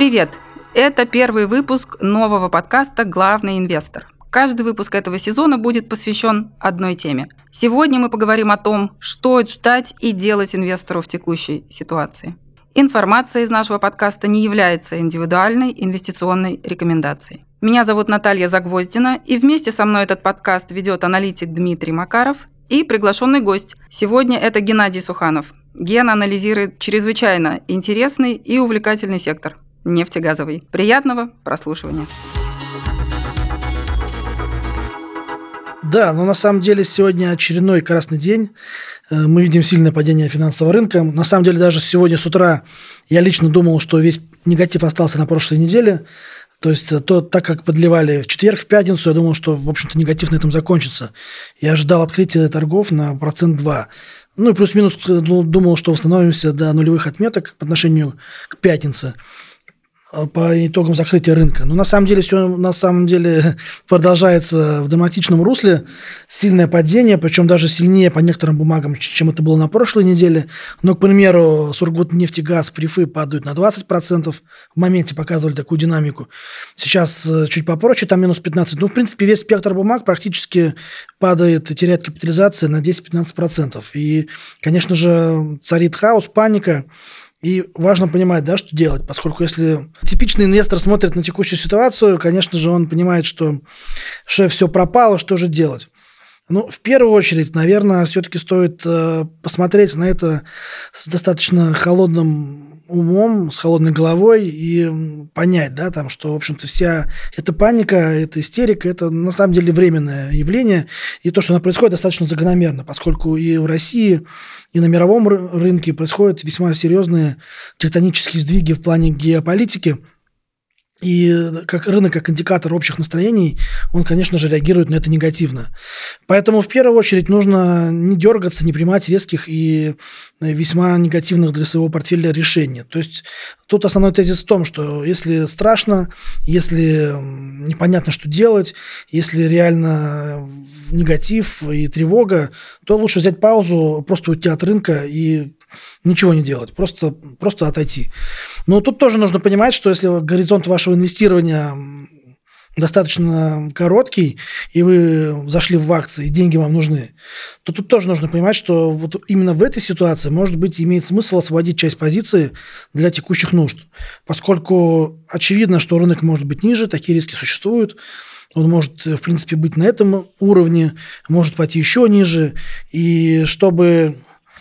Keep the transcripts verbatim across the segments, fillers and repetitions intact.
Привет! Это первый выпуск нового подкаста «Главный инвестор». Каждый выпуск этого сезона будет посвящен одной теме. Сегодня мы поговорим о том, что ждать и делать инвестору в текущей ситуации. Информация из нашего подкаста не является индивидуальной инвестиционной рекомендацией. Меня зовут Наталья Загвоздина, и вместе со мной этот подкаст ведет аналитик Дмитрий Макаров и приглашенный гость. Сегодня это Геннадий Суханов. Ген анализирует чрезвычайно интересный и увлекательный сектор – нефтегазовый. Приятного прослушивания. Да, но на самом деле сегодня очередной красный день. Мы видим сильное падение финансового рынка. На самом деле даже сегодня с утра я лично думал, что весь негатив остался на прошлой неделе. То есть то, так как подливали в четверг, в пятницу, я думал, что, в общем-то, негатив на этом закончится. Я ожидал открытия торгов на процент два. Ну и плюс-минус думал, что восстановимся до нулевых отметок по отношению к пятнице по итогам закрытия рынка. Но на самом деле все на самом деле продолжается в драматичном русле. Сильное падение, причем даже сильнее по некоторым бумагам, чем это было на прошлой неделе. Но, к примеру, Сургутнефтегаз, прифы падают на двадцать процентов. В моменте показывали такую динамику. Сейчас чуть попроще, там минус пятнадцать процентов. Ну, в принципе, весь спектр бумаг практически падает и теряет капитализация на десять-пятнадцать процентов. И, конечно же, царит хаос, паника. И важно понимать, да, что делать, поскольку если типичный инвестор смотрит на текущую ситуацию, конечно же, он понимает, что шеф, все пропало, что же делать? Ну, в первую очередь, наверное, все-таки стоит э, посмотреть на это с достаточно холодным умом, с холодной головой и понять, да, там, что, в общем-то, вся эта паника, эта истерика, это на самом деле временное явление, и то, что оно происходит, достаточно закономерно, поскольку и в России, и на мировом рынке происходят весьма серьезные тектонические сдвиги в плане геополитики. И как рынок, как индикатор общих настроений, он, конечно же, реагирует на это негативно. Поэтому в первую очередь нужно не дергаться, не принимать резких и весьма негативных для своего портфеля решений. То есть тут основной тезис в том, что если страшно, если непонятно, что делать, если реально негатив и тревога, то лучше взять паузу, просто уйти от рынка и ничего не делать, просто, просто отойти. Но тут тоже нужно понимать, что если горизонт вашего инвестирования достаточно короткий, и вы зашли в акции, и деньги вам нужны, то тут тоже нужно понимать, что вот именно в этой ситуации, может быть, имеет смысл освободить часть позиции для текущих нужд. Поскольку очевидно, что рынок может быть ниже, такие риски существуют. Он может, в принципе, быть на этом уровне, может пойти еще ниже. И чтобы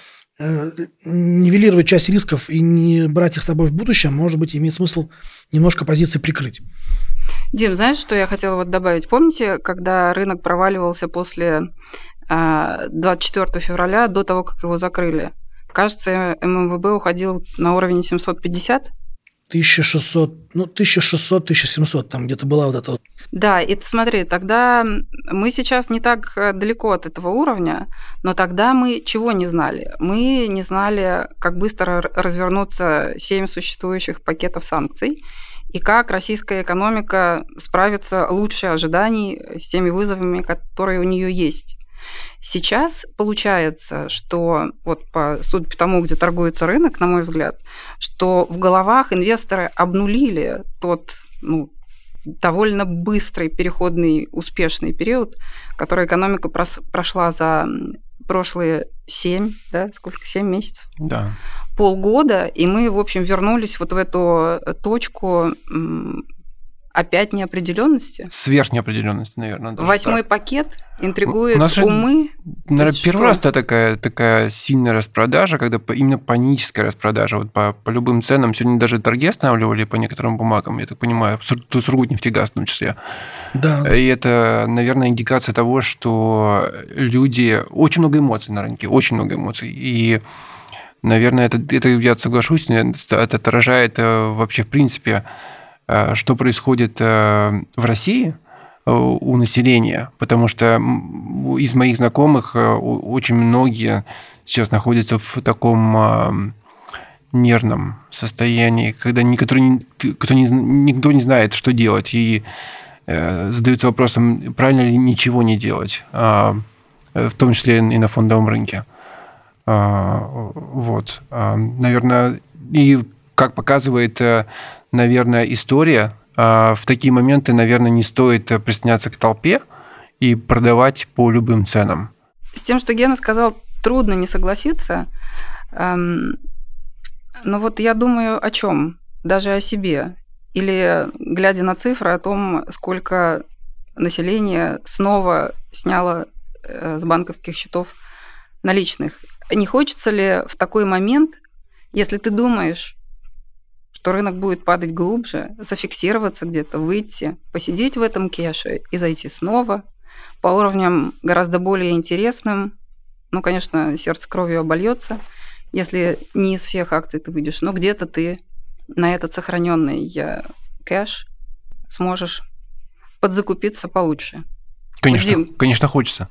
нивелировать часть рисков и не брать их с собой в будущем, может быть, имеет смысл немножко позиции прикрыть. Дим, знаешь, что я хотела вот добавить? Помните, когда рынок проваливался после двадцать четвёртого февраля, до того, как его закрыли? Кажется, эм эм вэ бэ уходил на уровень семьсот пятьдесят? тысяча шестьсот, ну, тысяча шестьсот - тысяча семьсот, там где-то была вот эта вот. Да, и ты смотри, тогда мы сейчас не так далеко от этого уровня, но тогда мы чего не знали? Мы не знали, как быстро развернутся семь существующих пакетов санкций, и как российская экономика справится лучше ожиданий с теми вызовами, которые у нее есть. Сейчас получается, что, вот по, судя по тому, где торгуется рынок, на мой взгляд, что в головах инвесторы обнулили тот, ну, довольно быстрый переходный успешный период, который экономика прос- прошла за прошлые семь, да, сколько, семь месяцев? Да. Полгода, и мы, в общем, вернулись вот в эту точку опять неопределенности. Сверхнеопределенности, наверное. Восьмой так. пакет интригует У нас же, умы. наверное, первый раз такая, такая сильная распродажа, когда именно паническая распродажа. Вот по, по любым ценам. Сегодня даже торги останавливали по некоторым бумагам, я так понимаю, Сургутнефтегаз в том числе. Да. И это, наверное, индикация того, что люди... Очень много эмоций на рынке, очень много эмоций. И, наверное, это, это я соглашусь, это отражает вообще, в принципе, что происходит в России у населения, потому что из моих знакомых очень многие сейчас находятся в таком нервном состоянии, когда никто не, кто не, никто не знает, что делать, и задаются вопросом, правильно ли ничего не делать, в том числе и на фондовом рынке. Вот. Наверное, и как показывает, наверное, история, в такие моменты, наверное, не стоит присоединяться к толпе и продавать по любым ценам. С тем, что Гена сказал, трудно не согласиться. Но вот я думаю о чем? Даже о себе. Или, глядя на цифры, о том, сколько население снова сняло с банковских счетов наличных. Не хочется ли в такой момент, если ты думаешь, что рынок будет падать глубже, зафиксироваться где-то, выйти, посидеть в этом кэше и зайти снова по уровням гораздо более интересным? Ну, конечно, сердце кровью обольется, если не из всех акций ты выйдешь, но где-то ты на этот сохраненный кэш сможешь подзакупиться получше. Конечно, Дим. конечно, хочется.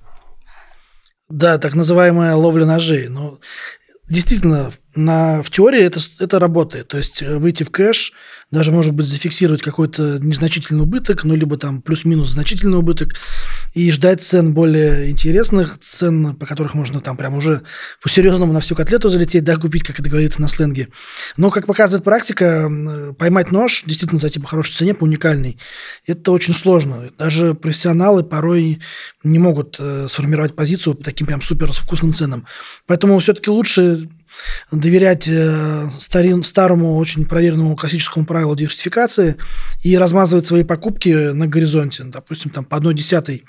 Да, так называемая ловля ножей. Но действительно, на, в теории это, это работает. То есть выйти в кэш, даже, может быть, зафиксировать какой-то незначительный убыток, ну, либо там плюс-минус значительный убыток, и ждать цен более интересных, цен, по которых можно там прям уже по-серьезному на всю котлету залететь, да, купить, как это говорится на сленге. Но, как показывает практика, поймать нож, действительно зайти по хорошей цене, по уникальной, это очень сложно. Даже профессионалы порой не могут сформировать позицию по таким прям супер вкусным ценам. Поэтому все-таки лучше доверять старин, старому, очень проверенному классическому правилу диверсификации и размазывать свои покупки на горизонте. Допустим, там по одной десятой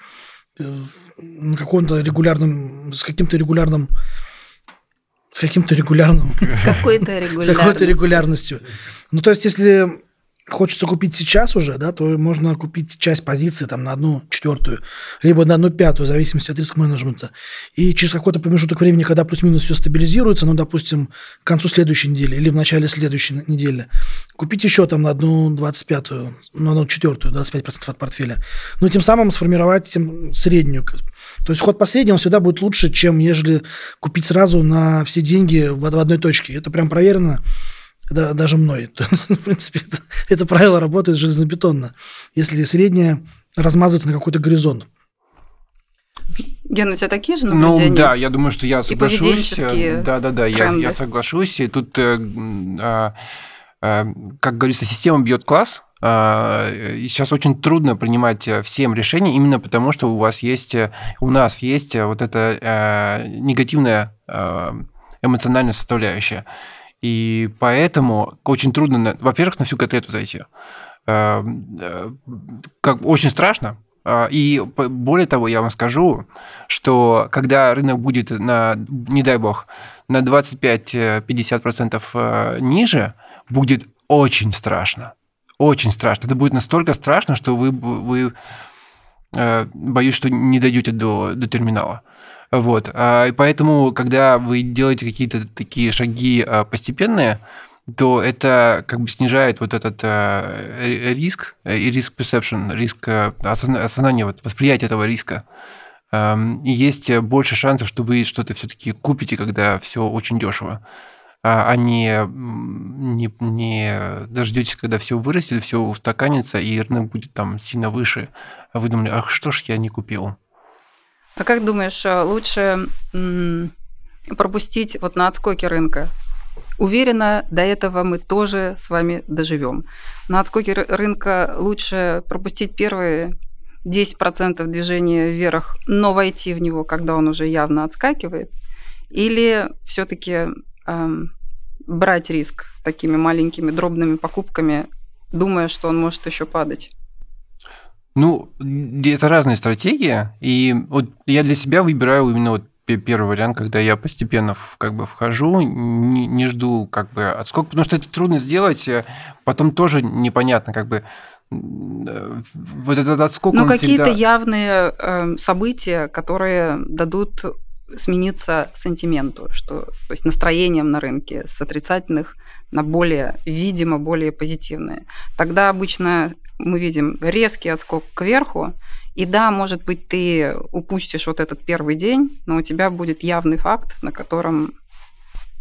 на каком-то регулярном, с каким-то регулярным с каким-то регулярным... С какой-то регулярностью. С какой-то регулярностью. Ну, то есть, если хочется купить сейчас уже, да, то можно купить часть позиции там, на одну четвертую, либо на одну пятую, в зависимости от риск-менеджмента. И через какой-то промежуток времени, когда плюс-минус все стабилизируется, ну, допустим, к концу следующей недели или в начале следующей недели, купить еще там на одну двадцать пятую, на одну четвертую, двадцать пять процентов от портфеля. Ну, тем самым сформировать тем среднюю. То есть ход по среднему всегда будет лучше, чем ежели купить сразу на все деньги в одной точке. Это прям проверено. Да, даже мной. В принципе, это, это правило работает железобетонно, если средняя размазывается на какой-то горизонт. Ген, у тебя такие же наблюдения? Ну да, я думаю, что я соглашусь. И поведенческие Да, да, да, я, я соглашусь. И тут, э, э, э, как говорится, система бьет класс. Э, и сейчас очень трудно принимать всем решения, именно потому, что у вас есть, у нас есть вот эта э, негативная э, эмоциональная составляющая. И поэтому очень трудно, во-первых, на всю котлету зайти. Как, очень страшно. И более того, я вам скажу, что когда рынок будет, на, не дай бог, на двадцать пять-пятьдесят процентов ниже, будет очень страшно. Очень страшно. Это будет настолько страшно, что вы, вы боюсь, что не дойдете до, до терминала. Вот. И поэтому, когда вы делаете какие-то такие шаги постепенные, то это как бы снижает вот этот риск и риск perception, риск осознания, вот, восприятия этого риска. И есть больше шансов, что вы что-то все-таки купите, когда все очень дешево, а не, не, не дождетесь, когда все вырастет, все устаканится, и рынок будет там сильно выше. А вы думали, ах, что ж я не купил? А как думаешь, лучше пропустить вот на отскоке рынка? Уверена, до этого мы тоже с вами доживем. На отскоке рынка лучше пропустить первые десять процентов движения вверх, но войти в него, когда он уже явно отскакивает? Или все-таки эм, брать риск такими маленькими дробными покупками, думая, что он может еще падать? Ну, это разные стратегии, и вот я для себя выбираю именно вот первый вариант, когда я постепенно как бы вхожу, не, не жду как бы отскок, потому что это трудно сделать, потом тоже непонятно, как бы вот этот отскок. Ну, какие-то всегда... явные э, события, которые дадут смениться сентименту, что, то есть настроением на рынке с отрицательных на более, видимо, более позитивные. Тогда обычно мы видим резкий отскок кверху, и да, может быть, ты упустишь вот этот первый день, но у тебя будет явный факт, на котором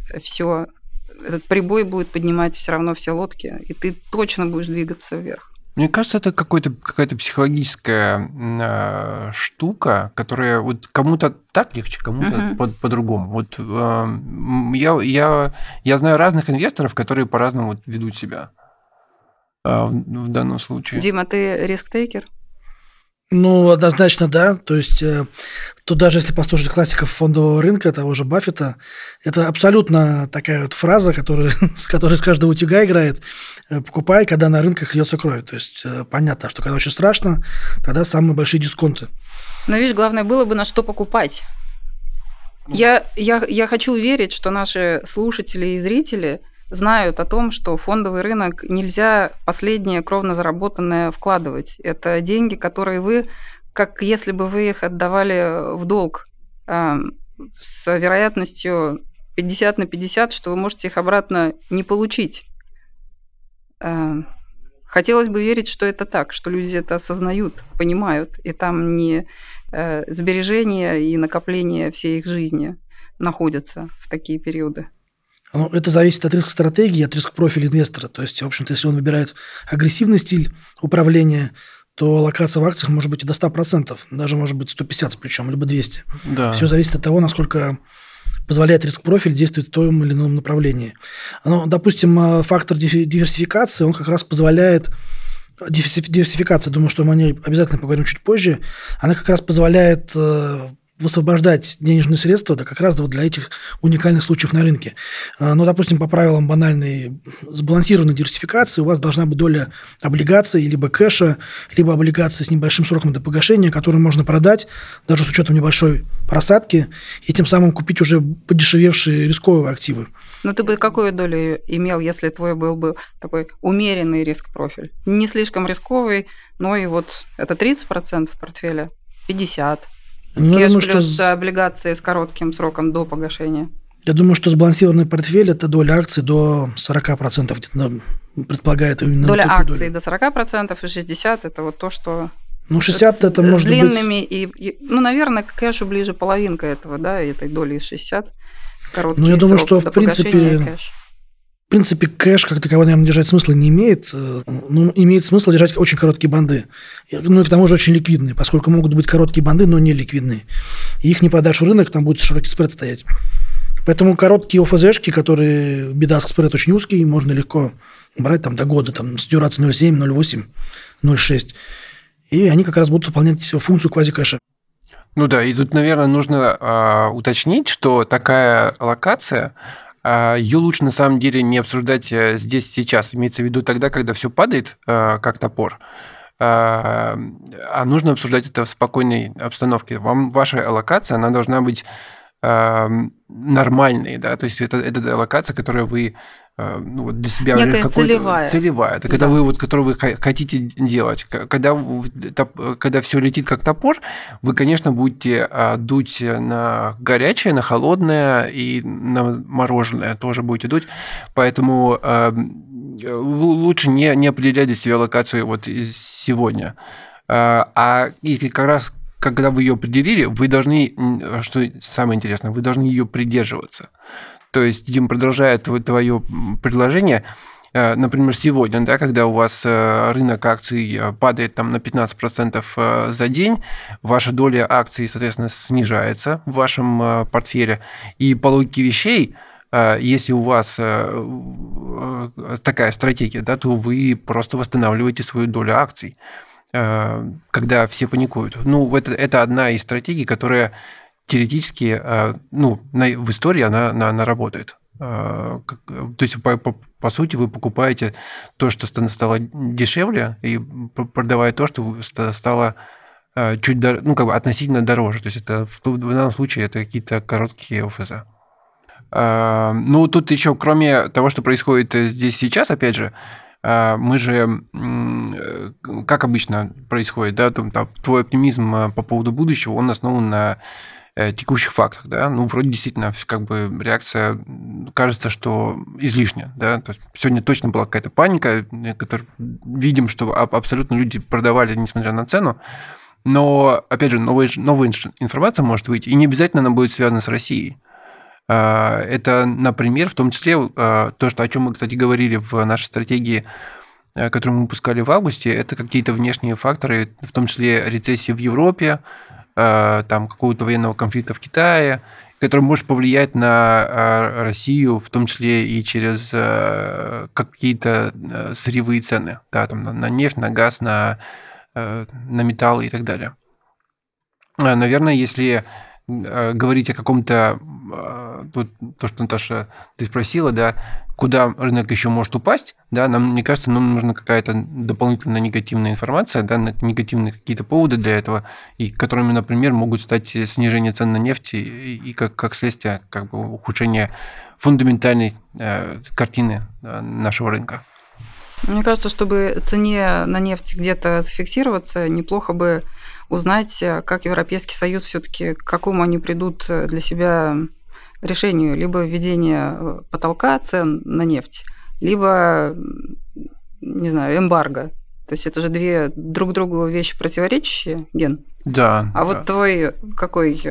все, этот прибой будет поднимать все равно все лодки, и ты точно будешь двигаться вверх. Мне кажется, это какой-то, какая-то психологическая э, штука, которая вот кому-то так легче, кому-то Мгм. по- по-другому. Вот э, м, я, я, я знаю разных инвесторов, которые по-разному вот ведут себя э, в, в данном случае. Дима, ты риск-тейкер? Ну, однозначно, да. То есть, э, тут даже если послушать классиков фондового рынка, того же Баффета, это абсолютно такая вот фраза, которая, с которой с каждого утюга играет. э, Покупай, когда на рынках льется кровь. То есть, э, понятно, что когда очень страшно, тогда самые большие дисконты. Но видишь, главное было бы на что покупать. Я, я, я хочу верить, что наши слушатели и зрители знают о том, что фондовый рынок нельзя последнее кровно заработанное вкладывать. Это деньги, которые вы, как если бы вы их отдавали в долг, а, с вероятностью пятьдесят на пятьдесят, что вы можете их обратно не получить. А, Хотелось бы верить, что это так, что люди это осознают, понимают, и там не э, сбережения и накопления всей их жизни находятся в такие периоды. Ну, это зависит от риск-стратегии, от риск-профиля инвестора. То есть, в общем-то, если он выбирает агрессивный стиль управления, то локация в акциях может быть и до ста процентов, даже может быть сто пятьдесят с плечом, либо двести. Да. Все зависит от того, насколько позволяет риск-профиль действовать в том или ином направлении. Ну, допустим, фактор диверсификации, он как раз позволяет... Диверсификация, думаю, что мы о ней обязательно поговорим чуть позже, она как раз позволяет высвобождать денежные средства, да, как раз вот для этих уникальных случаев на рынке. Ну, допустим, по правилам банальной сбалансированной диверсификации у вас должна быть доля облигаций, либо кэша, либо облигаций с небольшим сроком до погашения, которые можно продать, даже с учетом небольшой просадки, и тем самым купить уже подешевевшие рисковые активы. Но ты бы какую долю имел, если твой был бы такой умеренный риск-профиль? Не слишком рисковый, но и вот это тридцать процентов портфеля, пятьдесят процентов. Ну, Кэш думаю, плюс что... облигации с коротким сроком до погашения. Я думаю, что сбалансированный портфель – это доля акций до сорок процентов, где-то предполагает именно доля такую акций долю. до сорок процентов и шестьдесят процентов – это вот то, что… Ну, шестьдесят с, это с может длинными быть… и, и… Ну, наверное, к кэшу ближе половинка этого, да, этой доли из шестьдесят. Короткий Ну, я думаю, срок что, до в принципе, погашения кэш. В принципе, кэш как таковой, наверное, держать смысла не имеет. Ну, имеет смысл держать очень короткие банды. Ну, и к тому же очень ликвидные, поскольку могут быть короткие банды, но не ликвидные. И их не подашь в рынок, там будет широкий спред стоять. Поэтому короткие ОФЗшки, которые бедаск спред очень узкий, можно легко брать там до года, там, с дюрацией ноль целых семь, ноль целых восемь, ноль целых шесть. И они как раз будут выполнять функцию квазикэша. Ну да, и тут, наверное, нужно э, уточнить, что такая локация, э, ее лучше на самом деле не обсуждать здесь сейчас. Имеется в виду тогда, когда все падает, э, как топор. Э, а нужно обсуждать это в спокойной обстановке. Вам ваша аллокация, она должна быть э, нормальной, да, то есть это, это аллокация, которую вы э, ну, вот для себя... Некая целевая. Целевая. Это когда Да. вы, вот, которую вы хотите делать. Когда, когда все летит как топор, вы, конечно, будете э, дуть на горячее, на холодное и на мороженое тоже будете дуть. Поэтому э, лучше не, не определять для себя локацию вот сегодня. А и как раз когда вы ее определили, вы должны, что самое интересное, вы должны ее придерживаться. То есть, Дим, продолжая твое предложение, например, сегодня, да, когда у вас рынок акций падает там, на пятнадцать процентов за день, ваша доля акций, соответственно, снижается в вашем портфеле. И по логике вещей, если у вас такая стратегия, да, то вы просто восстанавливаете свою долю акций, когда все паникуют. Ну, это, это одна из стратегий, которая теоретически, ну, в истории она, она, она работает. То есть, по, по, по сути, вы покупаете то, что стало дешевле, и продавая то, что стало чуть, ну, как бы относительно дороже. То есть, это в, в данном случае это какие-то короткие ОФЗ. Ну, тут еще, кроме того, что происходит здесь сейчас, опять же, мы же, как обычно происходит, да, там, там, твой оптимизм по поводу будущего, он основан на текущих фактах, да, ну, вроде действительно, как бы реакция, кажется, что излишняя, да, то есть сегодня точно была какая-то паника, которую видим, что абсолютно люди продавали, несмотря на цену, но, опять же, новая, новая информация может выйти, и не обязательно она будет связана с Россией. Это, например, в том числе то, что, о чем мы, кстати, говорили в нашей стратегии которые мы выпускали в августе, это какие-то внешние факторы, в том числе рецессии в Европе, там какого-то военного конфликта в Китае, который может повлиять на Россию, в том числе и через какие-то сырьевые цены, да, там, на нефть, на газ, на, на металлы и так далее. Наверное, если говорить о каком-то, то, то, что, Наташа, ты спросила, да, куда рынок еще может упасть, да, нам, мне кажется, нам нужна какая-то дополнительная негативная информация, да, негативные какие-то поводы для этого, и которыми, например, могут стать снижение цен на нефть и, и как, как следствие как бы, ухудшение фундаментальной э, картины э, нашего рынка. Мне кажется, чтобы цене на нефть где-то зафиксироваться, неплохо бы узнать, как Европейский Союз все-таки, к какому они придут для себя решению, либо введение потолка цен на нефть, либо, не знаю, эмбарго. То есть это же две друг другу вещи противоречащие, Ген? Да. А да. Вот твой какой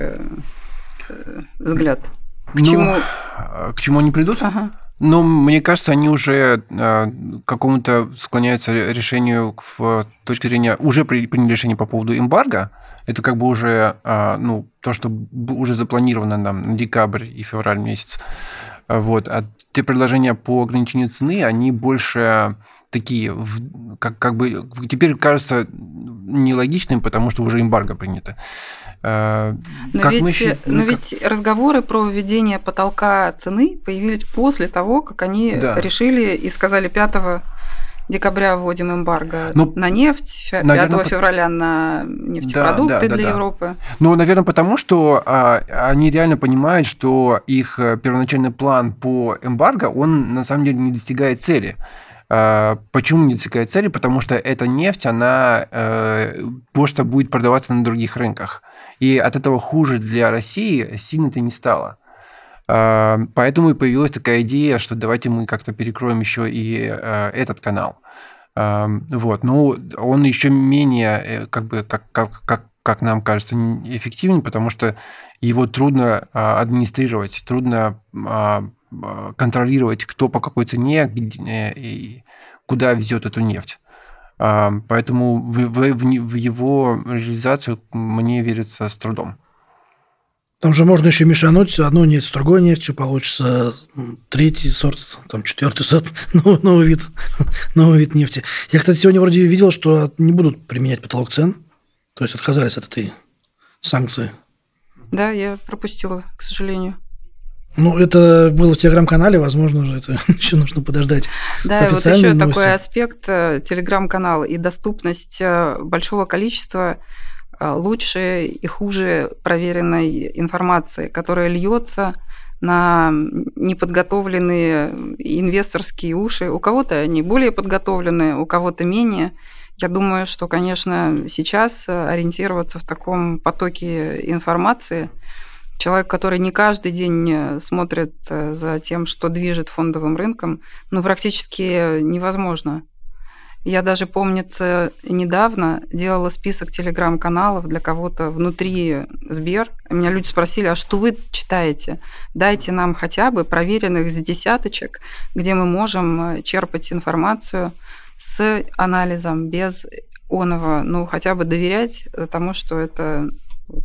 взгляд? К ну, чему? К чему они придут? Ага. Ну, мне кажется, они уже к какому-то склоняются решению в точке зрения, уже приняли решение по поводу эмбарго. Это как бы уже ну, то, что уже запланировано нам на декабрь и февраль месяц. Вот. А те предложения по ограничению цены, они больше такие, как, как бы теперь кажутся нелогичными, потому что уже эмбарго принято. Но, ведь, еще, но как... ведь разговоры про введение потолка цены появились после того, как они да. решили и сказали пятого декабря вводим эмбарго ну, на нефть, пятого наверное, февраля на нефтепродукты да, да, для да, Европы. Да. Ну, наверное, потому что а, они реально понимают, что их первоначальный план по эмбарго, он на самом деле не достигает цели. Почему не достигает цели? Потому что эта нефть, она э, просто будет продаваться на других рынках. И от этого хуже для России сильно-то не стало. Э, поэтому и появилась такая идея, что давайте мы как-то перекроем еще и э, этот канал. Э, вот. Ну, он еще менее, как бы, как, как, как, как нам кажется, эффективен, потому что его трудно э, администрировать, трудно э, контролировать, кто по какой цене и куда везет эту нефть. Поэтому в, в, в его реализацию мне верится с трудом. Там же можно еще мешануть одну нефть с другой нефтью, получится третий сорт, там четвертый сорт, новый вид, новый вид нефти. Я, кстати, сегодня вроде видел, что не будут применять потолок цен, то есть отказались от этой санкции. Да, я пропустила, к сожалению. Ну, это было в телеграм-канале, возможно, уже это еще нужно подождать. Да, и вот еще новости. Такой аспект телеграм-канала и доступность большого количества лучше и хуже проверенной информации, которая льется на неподготовленные инвесторские уши. У кого-то они более подготовленные, у кого-то менее. Я думаю, что, конечно, сейчас ориентироваться в таком потоке информации человек, который не каждый день смотрит за тем, что движет фондовым рынком, ну, практически невозможно. Я даже, помнится, недавно делала список телеграм-каналов для кого-то внутри Сбер. Меня люди спросили, а что вы читаете? Дайте нам хотя бы проверенных с десяточек, где мы можем черпать информацию с анализом, без оного, ну, хотя бы доверять тому, что это... Вот,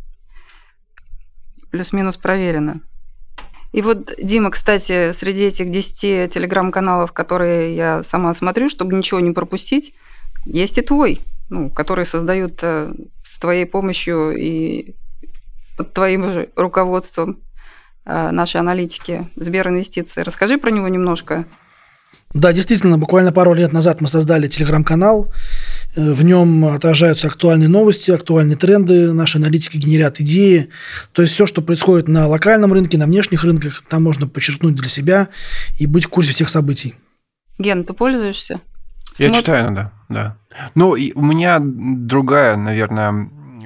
плюс-минус проверено. И вот, Дима, кстати, среди этих десяти телеграм-каналов, которые я сама смотрю, чтобы ничего не пропустить, есть и твой, ну, который создают с твоей помощью и под твоим же руководством наши аналитики Сберинвестиции. Расскажи про него немножко. Да, действительно, буквально пару лет назад мы создали телеграм-канал. В нем отражаются актуальные новости, актуальные тренды. Наши аналитики генерят идеи. То есть все, что происходит на локальном рынке, на внешних рынках, там можно подчеркнуть для себя и быть в курсе всех событий. Ген, ты пользуешься? Я Смотр... читаю, да, да. Ну, и у меня другая, наверное,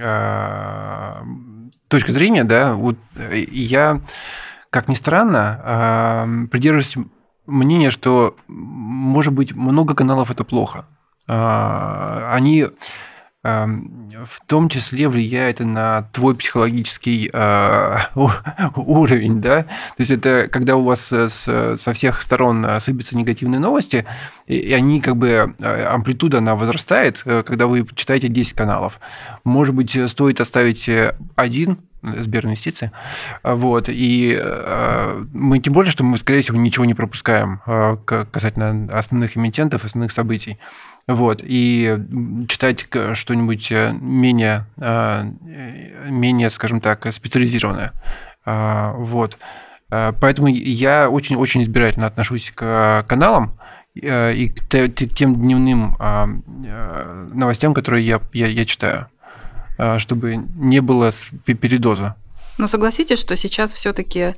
точка зрения, да. Вот я, как ни странно, придерживаюсь мнение, что, может быть, много каналов – это плохо. Они в том числе влияет и на твой психологический э, уровень, да? То есть это когда у вас с, со всех сторон сыпятся негативные новости, и они как бы, амплитуда, она возрастает, когда вы читаете десять каналов. Может быть, стоит оставить один, Сберинвестиции. Вот. И э, мы тем более, что мы, скорее всего, ничего не пропускаем э, касательно основных эмитентов, основных событий. Вот. И читать что-нибудь менее, э, менее, скажем так, специализированное. Э, вот. Поэтому я очень-очень избирательно отношусь к каналам э, и к тем дневным э, новостям, которые я, я, я читаю, чтобы не было передоза. Но согласитесь, что сейчас все-таки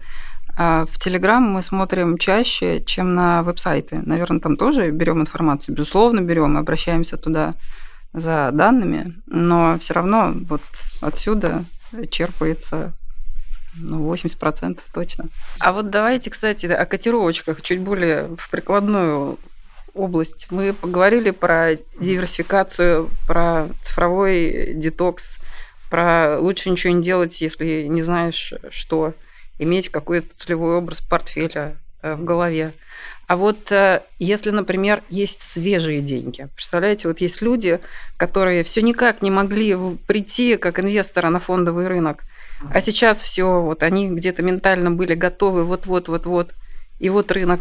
в Телеграм мы смотрим чаще, чем на веб-сайты. Наверное, там тоже берем информацию. Безусловно, берем и обращаемся туда за данными, но все равно вот отсюда черпается ну, восемьдесят процентов точно. А вот давайте, кстати, о котировочках чуть более в прикладную область. Мы поговорили про диверсификацию, про цифровой детокс, про лучше ничего не делать, если не знаешь, что, иметь какой-то целевой образ портфеля в голове. А вот если, например, есть свежие деньги, представляете, вот есть люди, которые все никак не могли прийти как инвесторы на фондовый рынок, а сейчас все, вот они где-то ментально были готовы, вот-вот-вот-вот, и вот рынок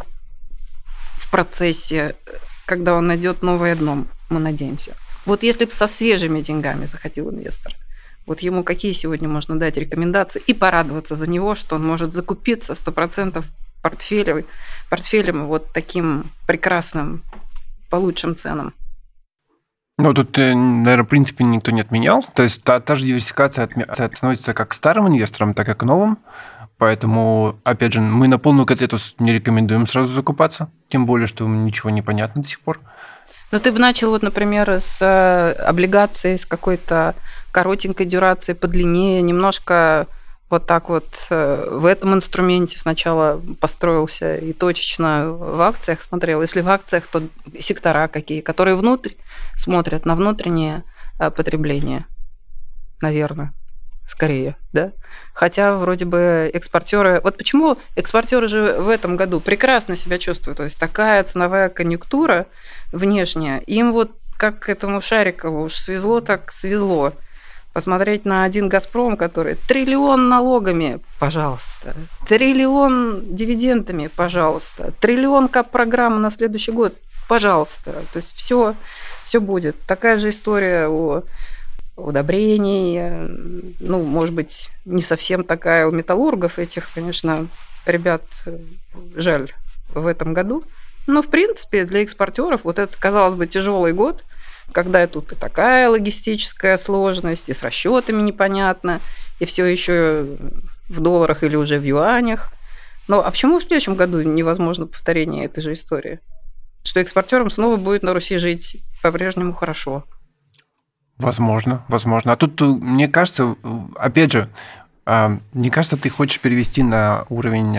в процессе, когда он найдет новое дно, мы надеемся. Вот если бы со свежими деньгами заходил инвестор, вот ему какие сегодня можно дать рекомендации и порадоваться за него, что он может закупиться сто процентов портфелем, портфелем вот таким прекрасным, по лучшим ценам? Ну, тут, наверное, в принципе никто не отменял. То есть та, та же диверсификация относится как к старым инвесторам, так и к новым. Поэтому, опять же, мы на полную котлету не рекомендуем сразу закупаться, тем более, что ничего не понятно до сих пор. Но ты бы начал, вот, например, с облигацией, с какой-то коротенькой дюрацией, подлиннее, немножко вот так вот в этом инструменте сначала построился и точечно в акциях смотрел. Если в акциях, то сектора какие, которые внутрь смотрят на внутреннее потребление, наверное. Скорее, да? Хотя вроде бы экспортеры... Вот почему экспортеры же в этом году прекрасно себя чувствуют. То есть такая ценовая конъюнктура внешняя. Им вот как к этому Шарикову уж свезло, так свезло. Посмотреть на один «Газпром», который триллион налогами, пожалуйста. Триллион дивидендами, пожалуйста. Триллион кап-программ на следующий год, пожалуйста. То есть все, все будет. Такая же история у... удобрений, ну, может быть, не совсем такая у металлургов, этих, конечно, ребят жаль в этом году, но, в принципе, для экспортеров вот этот, казалось бы, тяжелый год, когда тут и такая логистическая сложность, и с расчетами непонятно, и все еще в долларах или уже в юанях. Но а почему в следующем году невозможно повторение этой же истории? Что экспортерам снова будет на Руси жить по-прежнему хорошо? Возможно, возможно. А тут, мне кажется, опять же, мне кажется, ты хочешь перевести на уровень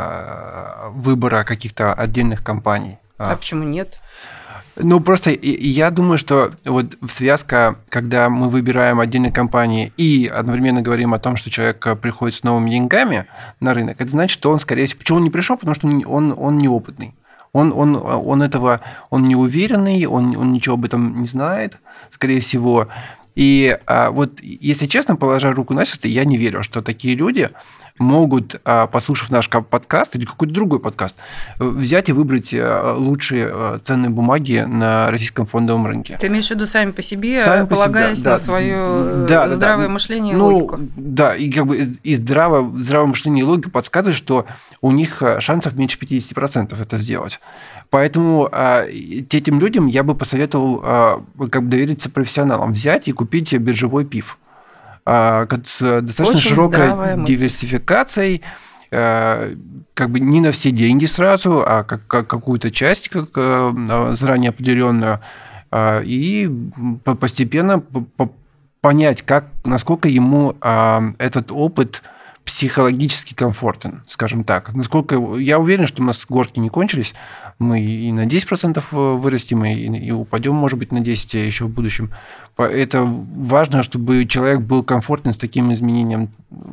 выбора каких-то отдельных компаний. А почему нет? Ну, просто я думаю, что вот связка, когда мы выбираем отдельные компании и одновременно говорим о том, что человек приходит с новыми деньгами на рынок, это значит, что он, скорее всего... Почему он не пришел? Потому что он, он неопытный. Он, он, он этого, он неуверенный, он, он ничего об этом не знает, скорее всего. И а, вот, если честно, положа руку на сердце, я не верю, что такие люди могут, а, послушав наш подкаст или какой-то другой подкаст, взять и выбрать лучшие ценные бумаги на российском фондовом рынке. Ты имеешь в виду сами по себе, сами полагаясь по себе, да, на да, свое да, здравое да, мышление и ну, логику? Да, и как бы и здраво, здравое мышление и логика подсказывает, что у них шансов меньше пятьдесят процентов это сделать. Поэтому а, этим людям я бы посоветовал а, как бы довериться профессионалам, взять и купить биржевой пиф а, с достаточно Очень широкой диверсификацией, а, как бы не на все деньги сразу, а как, как какую-то часть как, а, заранее определенную, а, и постепенно понять, как, насколько ему а, этот опыт психологически комфортен, скажем так. Насколько я уверен, что у нас горки не кончились, мы и на десять процентов вырастем, и, и упадем, может быть, на десять процентов еще в будущем. Это важно, чтобы человек был комфортен с таким изменением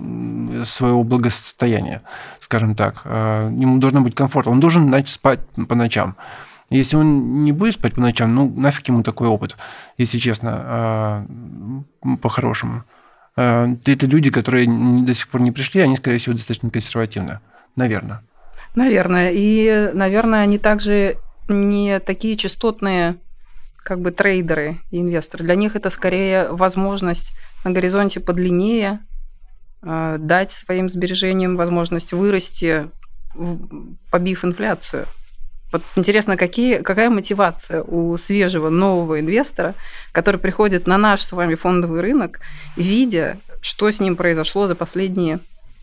своего благосостояния, скажем так. Ему должно быть комфортно. Он должен начать спать по ночам. Если он не будет спать по ночам, ну, нафиг ему такой опыт, если честно, по-хорошему. Это люди, которые до сих пор не пришли, они, скорее всего, достаточно консервативны. Наверное. Наверное. И, наверное, они также не такие частотные, как бы, трейдеры и инвесторы. Для них это скорее возможность на горизонте подлиннее дать своим сбережениям возможность вырасти, побив инфляцию. Вот интересно, какие, какая мотивация у свежего нового инвестора, который приходит на наш с вами фондовый рынок, видя, что с ним произошло за последние,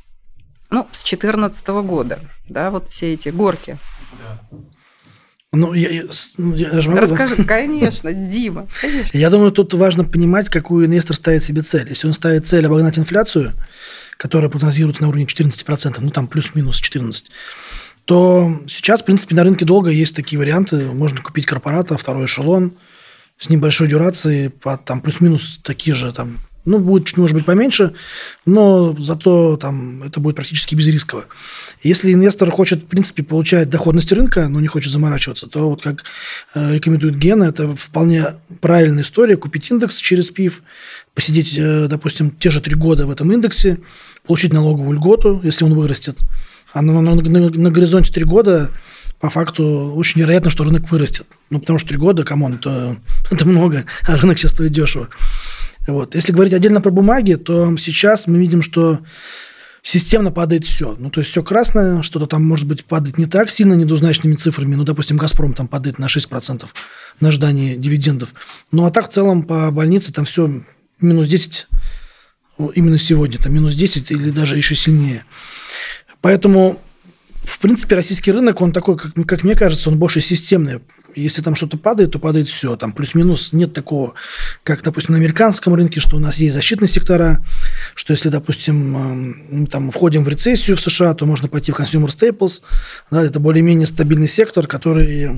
ну, с две тысячи четырнадцатого года, да, вот все эти горки. Да. Ну, я, я, я же могу... Расскажи, конечно, Дима, конечно. Я думаю, тут важно понимать, какую инвестор ставит себе цель. Если он ставит цель обогнать инфляцию, которая прогнозируется на уровне четырнадцать процентов, ну, там плюс-минус четырнадцать процентов, то сейчас, в принципе, на рынке долга есть такие варианты. Можно купить корпората, второй эшелон, с небольшой дюрацией, по, там плюс-минус такие же, там, ну, будет чуть, может быть, поменьше, но зато там это будет практически безрисково. Если инвестор хочет, в принципе, получать доходность рынка, но не хочет заморачиваться, то вот как э, рекомендует Гена, это вполне правильная история. Купить индекс через пиф, посидеть, э, допустим, те же три года в этом индексе, получить налоговую льготу, если он вырастет. А на, на, на, на горизонте три года по факту очень вероятно, что рынок вырастет. Ну, потому что три года, камон, это, это много, а рынок сейчас стоит дешево. Вот. Если говорить отдельно про бумаги, то сейчас мы видим, что системно падает все. Ну, то есть все красное, что-то там, может быть, падает не так сильно, недвузначными цифрами. Ну, допустим, «Газпром» там падает на шесть процентов на ожидании дивидендов. Ну, а так в целом по больнице там все минус десять именно сегодня, там минус десять или даже еще сильнее. Поэтому, в принципе, российский рынок, он такой, как, как мне кажется, он больше системный. Если там что-то падает, то падает все. Там плюс-минус нет такого, как, допустим, на американском рынке, что у нас есть защитные сектора, что если, допустим, мы там входим в рецессию в США, то можно пойти в consumer staples. Да, это более-менее стабильный сектор, который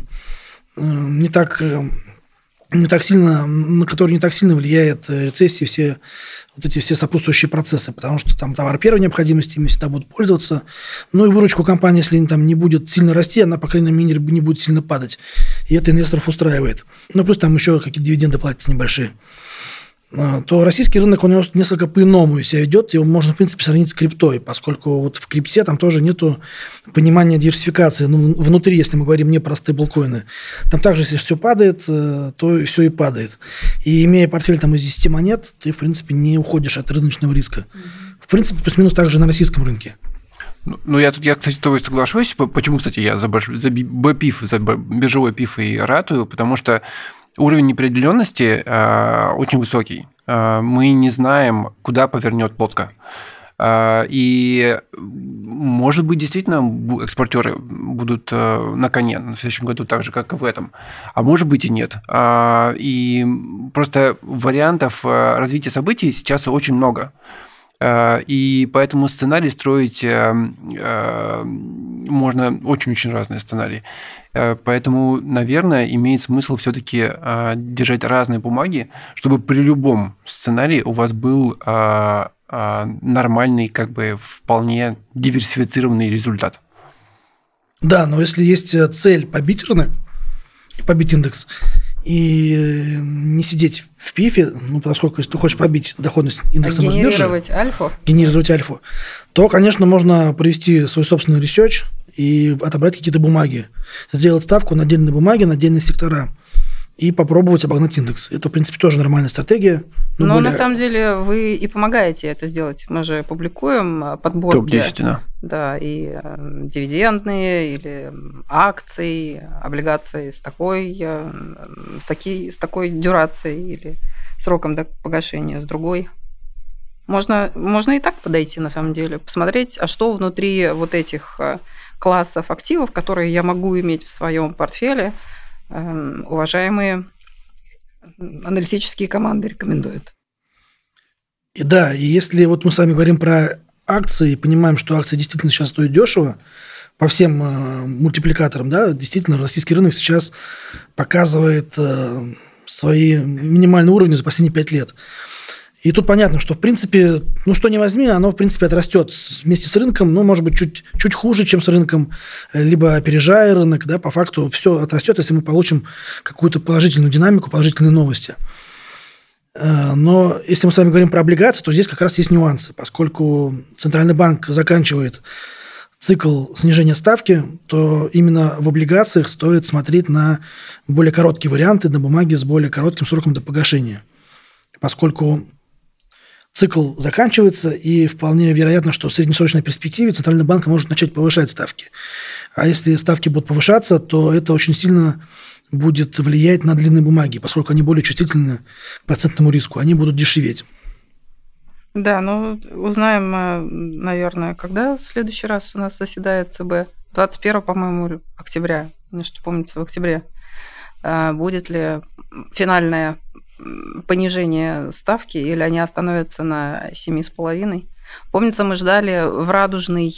не так, не так сильно, на который не так сильно влияет рецессия, все вот эти все сопутствующие процессы, потому что там товар первой необходимости, ими всегда будут пользоваться. Ну и выручку компании, если там не будет сильно расти, она, по крайней мере, не будет сильно падать. И это инвесторов устраивает. Ну, плюс там еще какие-то дивиденды платятся небольшие. То российский рынок, он несколько по-иному себя ведет, его можно, в принципе, сравнить с криптой, поскольку вот в крипте там тоже нету понимания диверсификации, ну, внутри, если мы говорим не про стейблкоины. Там также, если все падает, то все и падает. И имея портфель там из десяти монет, ты, в принципе, не уходишь от рыночного риска. В принципе, плюс-минус также на российском рынке. Ну, я тут, я, кстати, с тобой соглашусь. Почему, кстати, я за, за БПИФ, за биржевой ПИФ и ратую? Потому что уровень неопределенности э, очень высокий. Э, мы не знаем, куда повернет лодка. Э, и, может быть, действительно экспортеры будут э, на коне в следующем году так же, как и в этом. А может быть и нет. Э, и просто вариантов развития событий сейчас очень много. И поэтому сценарий строить можно очень-очень разные сценарии. Поэтому, наверное, имеет смысл все-таки держать разные бумаги, чтобы при любом сценарии у вас был нормальный, как бы вполне диверсифицированный результат. Да, но если есть цель побить рынок, побить индекс, и не сидеть в пифе, ну, поскольку если ты хочешь побить доходность индекса Мосбиржи, генерировать альфу, генерировать альфу, то, конечно, можно провести свой собственный ресерч и отобрать какие-то бумаги, сделать ставку на отдельные бумаги, на отдельные сектора и попробовать обогнать индекс. Это, в принципе, тоже нормальная стратегия. Но, но более... на самом деле вы и помогаете это сделать. Мы же публикуем подборки. топ десять, да. Да, и э, дивидендные, или акции, облигации с такой, э, с, таки, с такой дюрацией или сроком до погашения, с другой. Можно, можно и так подойти, на самом деле, посмотреть, а что внутри вот этих классов активов, которые я могу иметь в своем портфеле, э, уважаемые аналитические команды рекомендуют. И да, и если вот мы с вами говорим про акции, понимаем, что акции действительно сейчас стоят дешево, по всем э, мультипликаторам, да, действительно, российский рынок сейчас показывает э, свои минимальные уровни за последние пять лет. И тут понятно, что, в принципе, ну, что ни возьми, оно, в принципе, отрастет вместе с рынком, ну, может быть, чуть, чуть хуже, чем с рынком, либо опережая рынок, да, по факту все отрастет, если мы получим какую-то положительную динамику, положительные новости. Но если мы с вами говорим про облигации, то здесь как раз есть нюансы, поскольку Центральный банк заканчивает цикл снижения ставки, то именно в облигациях стоит смотреть на более короткие варианты, на бумаги с более коротким сроком до погашения, поскольку цикл заканчивается, и вполне вероятно, что в среднесрочной перспективе Центральный банк может начать повышать ставки. А если ставки будут повышаться, то это очень сильно будет влиять на длинные бумаги, поскольку они более чувствительны к процентному риску, они будут дешеветь. Да, ну узнаем, наверное, когда в следующий раз у нас заседает ЦБ. двадцать первого, по-моему, октября, мне что помнится, в октябре. Будет ли финальное понижение ставки, или они остановятся на семь с половиной? Помнится, мы ждали в радужный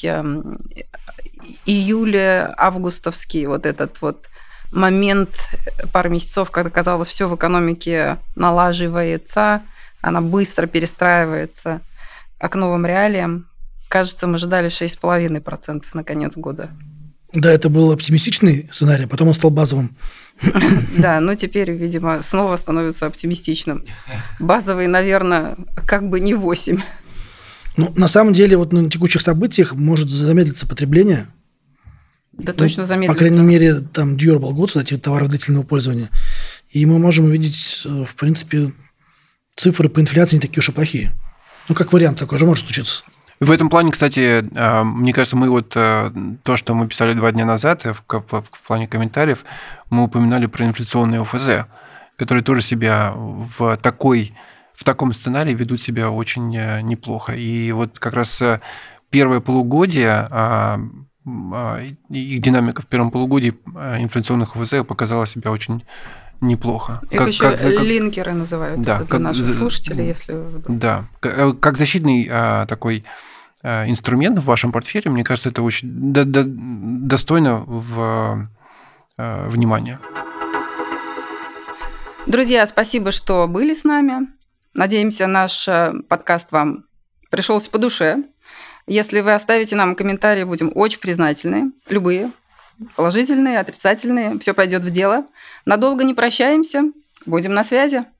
июле-августовский вот этот вот момент, пару месяцев, когда казалось, все в экономике налаживается, она быстро перестраивается к новым реалиям. Кажется, мы ждали шесть с половиной процентов на конец года. Да, это был оптимистичный сценарий, потом он стал базовым. Да, но теперь, видимо, снова становится оптимистичным. Базовый, наверное, как бы не восемь. Ну, на самом деле, вот на текущих событиях может замедлиться потребление. Да, точно замедлится. По крайней мере, там durable goods, эти товары длительного пользования. И мы можем увидеть, в принципе, цифры по инфляции не такие уж и плохие. Ну, как вариант такой же может случиться. В этом плане, кстати, мне кажется, мы вот то, что мы писали два дня назад в, в, в плане комментариев, мы упоминали про инфляционные ОФЗ, которые тоже себя в, такой, в таком сценарии ведут себя очень неплохо. И вот как раз первое полугодие, их динамика в первом полугодии инфляционных ОФЗ показала себя очень неплохо. Их как, еще как, линкеры называют, да, это для как, наших слушателей, если вдруг. Да, как защитный а, такой а, инструмент в вашем портфеле, мне кажется, это очень до, до, достойно в, а, внимания. Друзья, спасибо, что были с нами. Надеемся, наш подкаст вам пришелся по душе. Если вы оставите нам комментарии, будем очень признательны. Любые. Положительные, отрицательные. Все пойдет в дело. Надолго не прощаемся. Будем на связи.